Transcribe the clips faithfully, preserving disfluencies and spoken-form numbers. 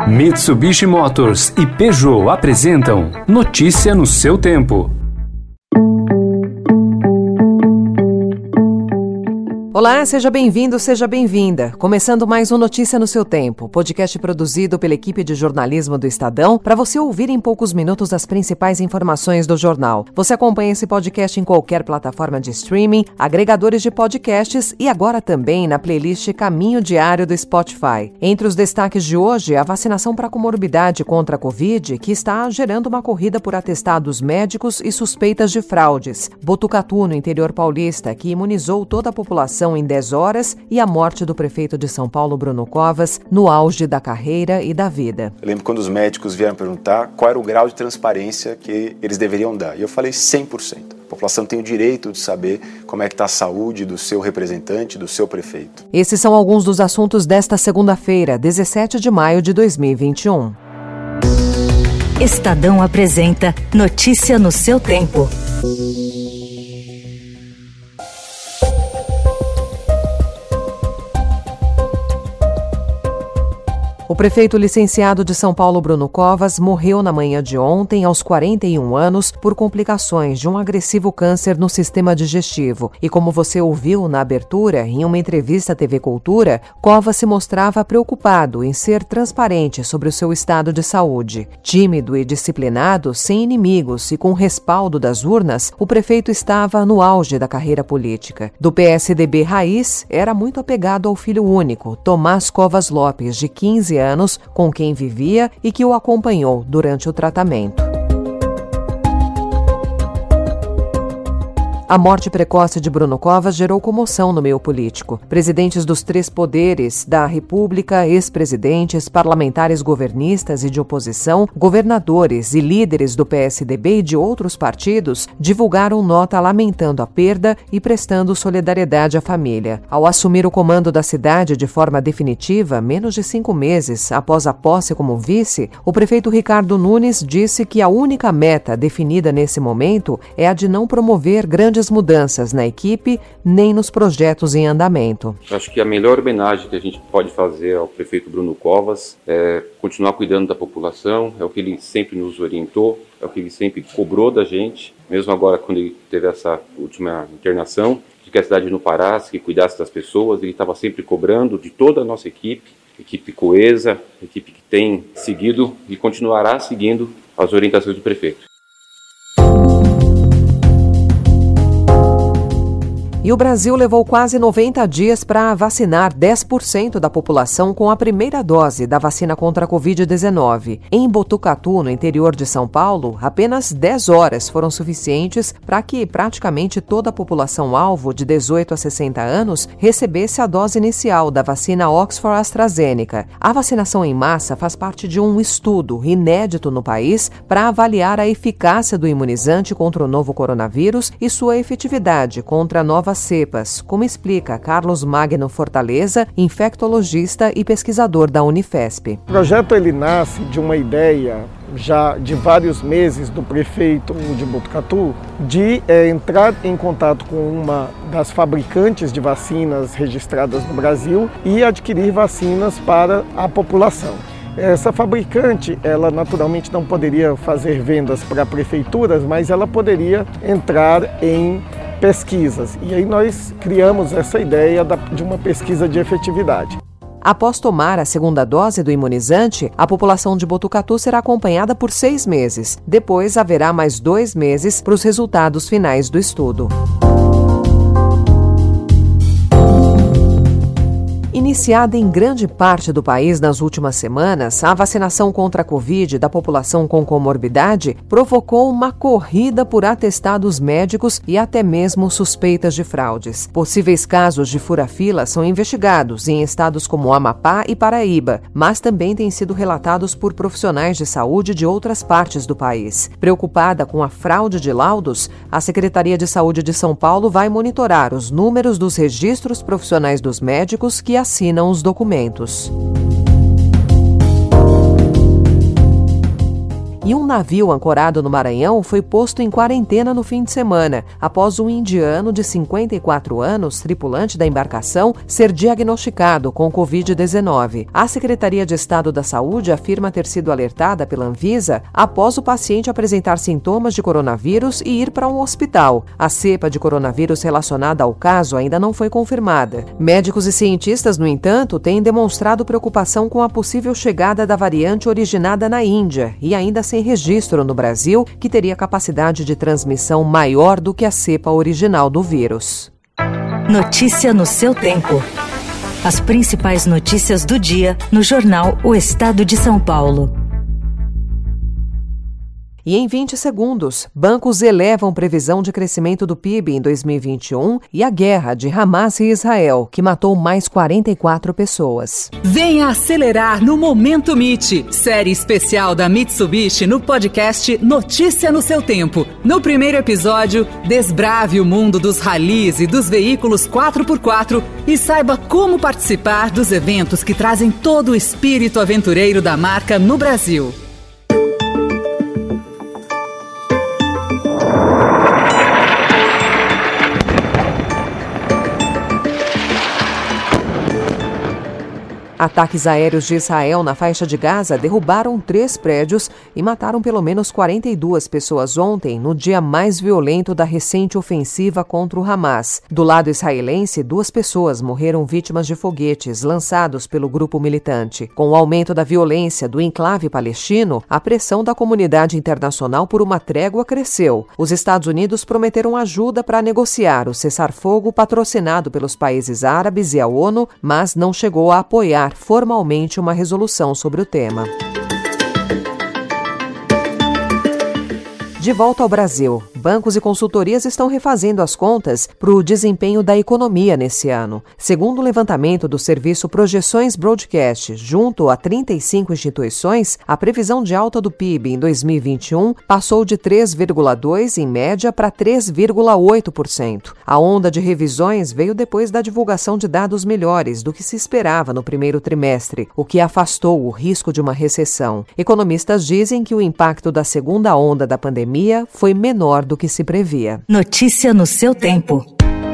Mitsubishi Motors e Peugeot apresentam Notícia no seu tempo. Olá, seja bem-vindo, seja bem-vinda. Começando mais um Notícia no seu tempo, podcast produzido pela equipe de jornalismo do Estadão para você ouvir em poucos minutos as principais informações do jornal. Você acompanha esse podcast em qualquer plataforma de streaming, agregadores de podcasts e agora também na playlist Caminho Diário do Spotify. Entre os destaques de hoje, a vacinação para comorbidade contra a Covid, que está gerando uma corrida por atestados médicos e suspeitas de fraudes. Botucatu, no interior paulista, que imunizou toda a população em dez horas, e a morte do prefeito de São Paulo, Bruno Covas, no auge da carreira e da vida. Eu lembro quando os médicos vieram perguntar qual era o grau de transparência que eles deveriam dar. E eu falei cem por cento. A população tem o direito de saber como é que está a saúde do seu representante, do seu prefeito. Esses são alguns dos assuntos desta segunda-feira, dezessete de maio de dois mil e vinte e um. Estadão apresenta Notícia no seu tempo. O prefeito licenciado de São Paulo, Bruno Covas, morreu na manhã de ontem, aos quarenta e um anos, por complicações de um agressivo câncer no sistema digestivo. E como você ouviu na abertura, em uma entrevista à T V Cultura, Covas se mostrava preocupado em ser transparente sobre o seu estado de saúde. Tímido e disciplinado, sem inimigos e com respaldo das urnas, o prefeito estava no auge da carreira política. Do P S D B raiz, era muito apegado ao filho único, Tomás Covas Lopes, de quinze anos, anos, com quem vivia e que o acompanhou durante o tratamento. A morte precoce de Bruno Covas gerou comoção no meio político. Presidentes dos três poderes da República, ex-presidentes, parlamentares governistas e de oposição, governadores e líderes do P S D B e de outros partidos divulgaram nota lamentando a perda e prestando solidariedade à família. Ao assumir o comando da cidade de forma definitiva, menos de cinco meses após a posse como vice, o prefeito Ricardo Nunes disse que a única meta definida nesse momento é a de não promover grandes mudanças na equipe nem nos projetos em andamento. Acho que a melhor homenagem que a gente pode fazer ao prefeito Bruno Covas é continuar cuidando da população, é o que ele sempre nos orientou, é o que ele sempre cobrou da gente, mesmo agora quando ele teve essa última internação, de que a cidade não parasse, que cuidasse das pessoas, ele estava sempre cobrando de toda a nossa equipe, equipe coesa, equipe que tem seguido e continuará seguindo as orientações do prefeito. E o Brasil levou quase noventa dias para vacinar dez por cento da população com a primeira dose da vacina contra a covid dezenove. Em Botucatu, no interior de São Paulo, apenas dez horas foram suficientes para que praticamente toda a população-alvo de dezoito a sessenta anos recebesse a dose inicial da vacina Oxford-AstraZeneca. A vacinação em massa faz parte de um estudo inédito no país para avaliar a eficácia do imunizante contra o novo coronavírus e sua efetividade contra a nova cepas, como explica Carlos Magno Fortaleza, infectologista e pesquisador da Unifesp. O projeto ele nasce de uma ideia já de vários meses do prefeito de Botucatu de é, entrar em contato com uma das fabricantes de vacinas registradas no Brasil e adquirir vacinas para a população. Essa fabricante, ela naturalmente não poderia fazer vendas para prefeituras, mas ela poderia entrar em pesquisas. E aí nós criamos essa ideia de uma pesquisa de efetividade. Após tomar a segunda dose do imunizante, a população de Botucatu será acompanhada por seis meses. Depois haverá mais dois meses para os resultados finais do estudo. Iniciada em grande parte do país nas últimas semanas, a vacinação contra a Covid da população com comorbidade provocou uma corrida por atestados médicos e até mesmo suspeitas de fraudes. Possíveis casos de fura-fila são investigados em estados como Amapá e Paraíba, mas também têm sido relatados por profissionais de saúde de outras partes do país. Preocupada com a fraude de laudos, a Secretaria de Saúde de São Paulo vai monitorar os números dos registros profissionais dos médicos que assinam os documentos. E E um navio ancorado no Maranhão foi posto em quarentena no fim de semana, após um indiano de cinquenta e quatro anos, tripulante da embarcação, ser diagnosticado com covid dezenove. A Secretaria de Estado da Saúde afirma ter sido alertada pela Anvisa após o paciente apresentar sintomas de coronavírus e ir para um hospital. A cepa de coronavírus relacionada ao caso ainda não foi confirmada. Médicos e cientistas, no entanto, têm demonstrado preocupação com a possível chegada da variante originada na Índia e ainda sem registro no Brasil, que teria capacidade de transmissão maior do que a cepa original do vírus. Notícia no seu tempo. As principais notícias do dia no jornal O Estado de São Paulo. E em vinte segundos, bancos elevam previsão de crescimento do P I B em dois mil e vinte e um e a guerra de Hamas e Israel, que matou mais quarenta e quatro pessoas. Venha acelerar no Momento M I T, série especial da Mitsubishi no podcast Notícia no seu tempo. No primeiro episódio, desbrave o mundo dos ralis e dos veículos quatro por quatro e saiba como participar dos eventos que trazem todo o espírito aventureiro da marca no Brasil. Ataques aéreos de Israel na faixa de Gaza derrubaram três prédios e mataram pelo menos quarenta e duas pessoas ontem, no dia mais violento da recente ofensiva contra o Hamas. Do lado israelense, duas pessoas morreram vítimas de foguetes lançados pelo grupo militante. Com o aumento da violência do enclave palestino, a pressão da comunidade internacional por uma trégua cresceu. Os Estados Unidos prometeram ajuda para negociar o cessar-fogo patrocinado pelos países árabes e a ONU, mas não chegou a apoiar formalmente uma resolução sobre o tema. De volta ao Brasil, bancos e consultorias estão refazendo as contas para o desempenho da economia nesse ano. Segundo o levantamento do serviço Projeções Broadcast, junto a trinta e cinco instituições, a previsão de alta do P I B em dois mil e vinte e um passou de três vírgula dois por cento em média para três vírgula oito por cento. A onda de revisões veio depois da divulgação de dados melhores do que se esperava no primeiro trimestre, o que afastou o risco de uma recessão. Economistas dizem que o impacto da segunda onda da pandemia foi menor do que se previa. Notícia no seu tempo.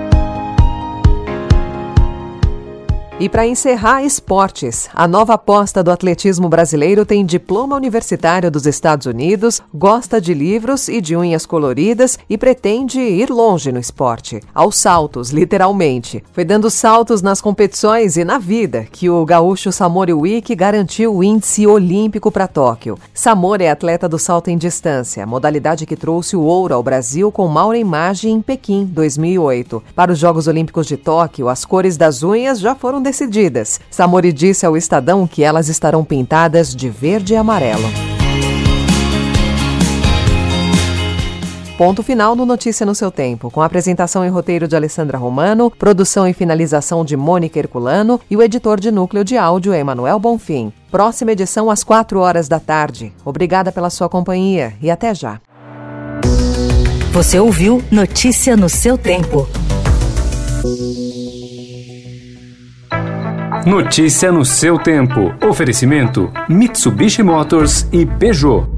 E para encerrar, esportes. A nova aposta do atletismo brasileiro tem diploma universitário dos Estados Unidos, gosta de livros e de unhas coloridas e pretende ir longe no esporte. Aos saltos, literalmente. Foi dando saltos nas competições e na vida que o gaúcho Samori Wick garantiu o índice olímpico para Tóquio. Samori é atleta do salto em distância, modalidade que trouxe o ouro ao Brasil com Maura Imagem em Pequim, dois mil e oito. Para os Jogos Olímpicos de Tóquio, as cores das unhas já foram decididas. Samori disse ao Estadão que elas estarão pintadas de verde e amarelo. Ponto final no Notícia no seu tempo, com a apresentação e roteiro de Alessandra Romano, produção e finalização de Mônica Herculano e o editor de núcleo de áudio é Emanuel Bonfim. Próxima edição às quatro horas da tarde. Obrigada pela sua companhia e até já. Você ouviu Notícia no seu tempo. Notícia no seu tempo. Oferecimento Mitsubishi Motors e Peugeot.